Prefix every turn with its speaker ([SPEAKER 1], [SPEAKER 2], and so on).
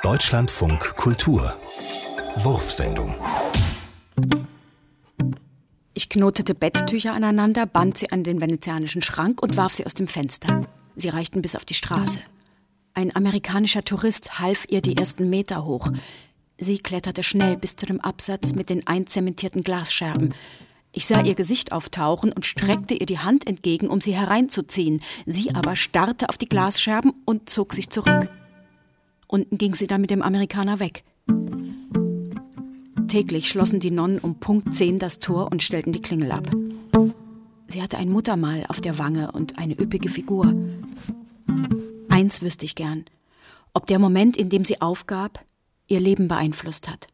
[SPEAKER 1] Deutschlandfunk Kultur Wurfsendung.
[SPEAKER 2] Ich knotete Betttücher aneinander, band sie an den venezianischen Schrank und warf sie aus dem Fenster. Sie reichten bis auf die Straße. Ein amerikanischer Tourist half ihr die ersten Meter hoch. Sie kletterte schnell bis zu dem Absatz mit den einzementierten Glasscherben. Ich sah ihr Gesicht auftauchen und streckte ihr die Hand entgegen, um sie hereinzuziehen. Sie aber starrte auf die Glasscherben und zog sich zurück. Unten ging sie dann mit dem Amerikaner weg. Täglich schlossen die Nonnen um Punkt 10 das Tor und stellten die Klingel ab. Sie hatte ein Muttermal auf der Wange und eine üppige Figur. Eins wüsste ich gern, ob der Moment, in dem sie aufgab, ihr Leben beeinflusst hat.